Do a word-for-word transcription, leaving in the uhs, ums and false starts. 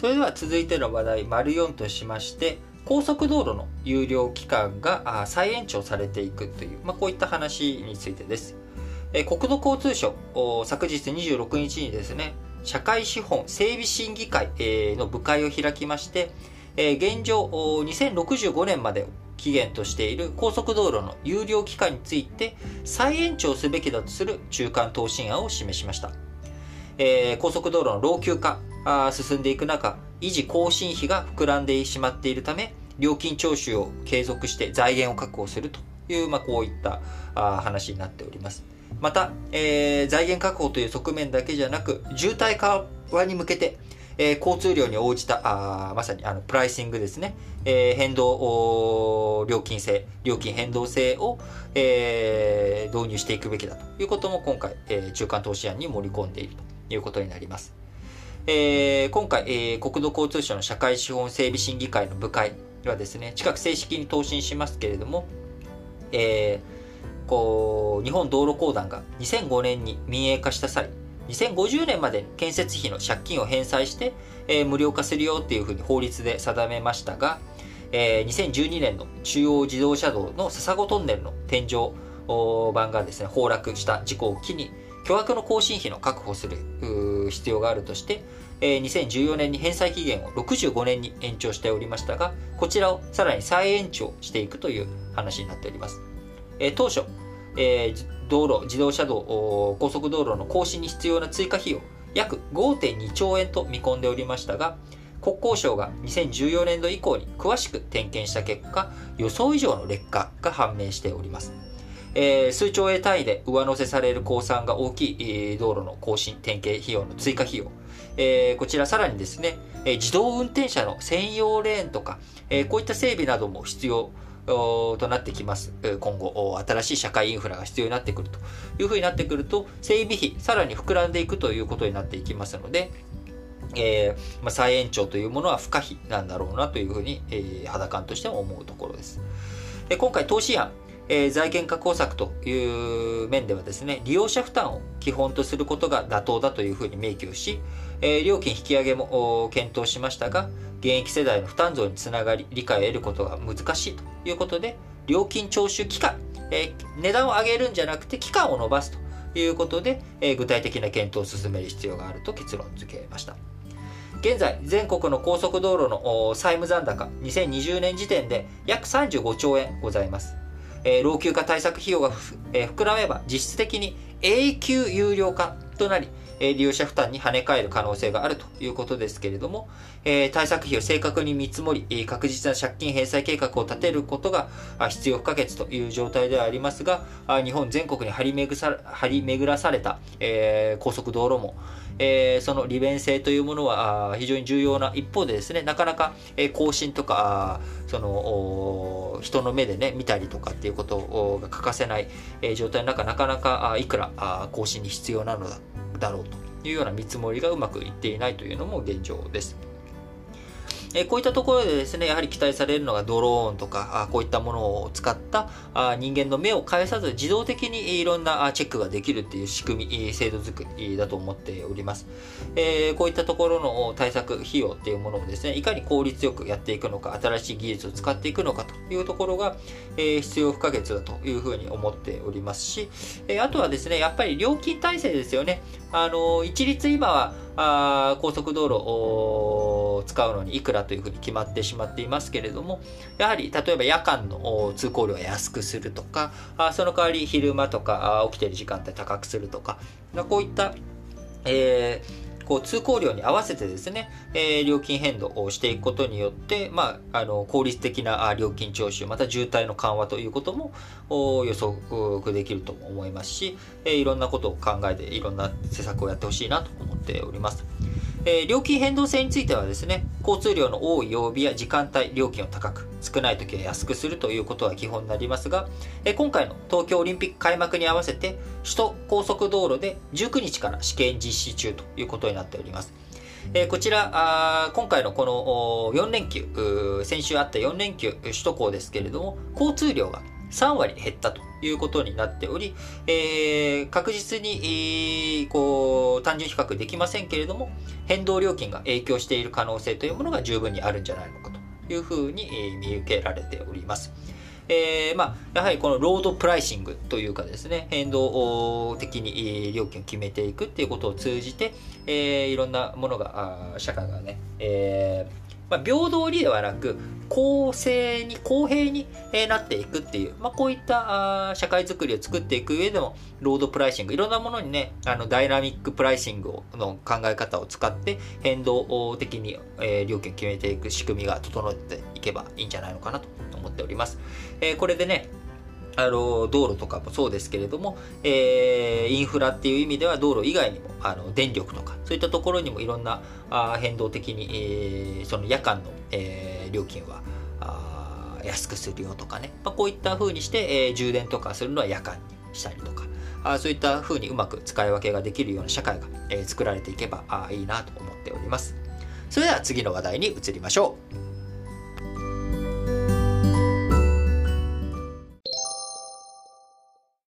それでは続いての話題、丸よんとしまして、高速道路の有料期間が再延長されていくという、まあ、こういった話についてです。え国土交通省、昨日にじゅうろくにちにですね、社会資本整備審議会の部会を開きまして、現状にせんろくじゅうごねんまでを期限としている高速道路の有料期間について再延長すべきだとする中間答申案を示しました。えー、高速道路の老朽化が進んでいく中、維持更新費が膨らんでしまっているため、料金徴収を継続して財源を確保するという、まあ、こういったあ話になっております。また、えー、財源確保という側面だけじゃなく、渋滞緩和に向けて、えー、交通量に応じたあまさにあのプライシングですね、えー、変動料金制、料金変動制を、えー、導入していくべきだということも今回、えー、中間答申案に盛り込んでいるということになります。えー、今回、えー、国土交通省の社会資本整備審議会の部会はですね、近く正式に答申しますけれども、えーこう日本道路公団がにせんごねんに民営化した際、にせんごじゅうねんまで建設費の借金を返済して、えー、無料化するよっていうふうに法律で定めましたが、えー、にせんじゅうにねんの中央自動車道の笹子トンネルの天井板がですね崩落した事故を機に巨額の更新費の確保する必要があるとして、えー、にせんじゅうよねんに返済期限をろくじゅうごねんに延長しておりましたが、こちらをさらに再延長していくという話になっております。えー、当初、えー、道路、自動車道、高速道路の更新に必要な追加費用約 ごてんにちょうえんと見込んでおりましたが、国交省がにせんじゅうよねんど以降に詳しく点検した結果、予想以上の劣化が判明しております。えー、数兆円単位で上乗せされる公算が大きい、えー、道路の更新点検費用の追加費用、えー、こちらさらにですね、えー、自動運転車の専用レーンとか、えー、こういった整備なども必要となってきます。今後新しい社会インフラが必要になってくるというふうになってくると、整備費さらに膨らんでいくということになっていきますので、えーまあ、再延長というものは不可避なんだろうなというふうに、えー、肌感としても思うところです。で今回答申案、えー、財源確保策という面ではですね、利用者負担を基本とすることが妥当だというふうに明記をし、えー、料金引き上げも検討しましたが、現役世代の負担増につながり理解を得ることが難しいということで、料金徴収期間、えー、値段を上げるんじゃなくて期間を延ばすということで、えー、具体的な検討を進める必要があると結論付けました。現在全国の高速道路の債務残高、にせんにじゅうねん時点で約さんじゅうごちょうえんございます。えー、老朽化対策費用が、えー、膨らめば実質的に永久有料化となり、えー、利用者負担に跳ね返る可能性があるということですけれども、えー、対策費を正確に見積もり、確実な借金返済計画を立てることが必要不可欠という状態ではありますが、日本全国に張り巡さ張り巡らされた、えー、高速道路も、えー、その利便性というものは非常に重要な一方でですね、なかなか更新とかその人の目でね見たりとかっていうことが欠かせない状態の中、なかなかいくら更新に必要なのだだろうというような見積もりがうまくいっていないというのも現状です。えこういったところでですね、やはり期待されるのがドローンとか、こういったものを使った人間の目を介さず自動的にいろんなチェックができるっていう仕組み、制度作りだと思っております。えー、こういったところの対策費用っていうものをですね、いかに効率よくやっていくのか、新しい技術を使っていくのかというところが、えー、必要不可欠だというふうに思っておりますし、えー、あとはですね、やっぱり料金体制ですよね。あの一律今はあ高速道路を使うのにいくらというふうに決まってしまっていますけれども、やはり例えば夜間の通行料を安くするとか、あその代わり昼間とか起きている時間帯高くするとか、こういった、えーこう通行量に合わせてですね、えー、料金変動をしていくことによって、まあ、あの効率的な料金徴収、また渋滞の緩和ということも予測できると思いますし、えー、いろんなことを考えていろんな施策をやってほしいなと思っております。えー、料金変動制についてはですね、交通量の多い曜日や時間帯、料金を高く、少ない時は安くするということが基本になりますが、えー、今回の東京オリンピック開幕に合わせて、首都高速道路でじゅうくにちから試験実施中ということになっております。えー、こちらあ、今回のこのよんれんきゅう、先週あったよんれんきゅう首都高ですけれども、交通量がさんわり減ったということになっており、えー、確実に、えー、こう単純比較できませんけれども、変動料金が影響している可能性というものが十分にあるんじゃないのかというふうに、えー、見受けられております。えーまあ、やはりこのロードプライシングというかですね、変動的に料金を決めていくっていうことを通じて、えー、いろんなものが、社会がね、えーまあ、平等にではなく公正に公平になっていくっていう、まあ、こういった社会づくりを作っていく上でもロードプライシング、いろんなものにね、あのダイナミックプライシングの考え方を使って変動的に料金を決めていく仕組みが整っていけばいいんじゃないのかなと思っております。えー、これでね、あの道路とかもそうですけれども、えー、インフラっていう意味では道路以外にもあの電力とかそういったところにもいろんなあ変動的に、えー、その夜間の、えー、料金はあ安くするよとかね、まあ、こういった風にして、えー、充電とかするのは夜間にしたりとか、あそういった風にうまく使い分けができるような社会が、えー、作られていけばあいいなと思っております。それでは次の話題に移りましょう。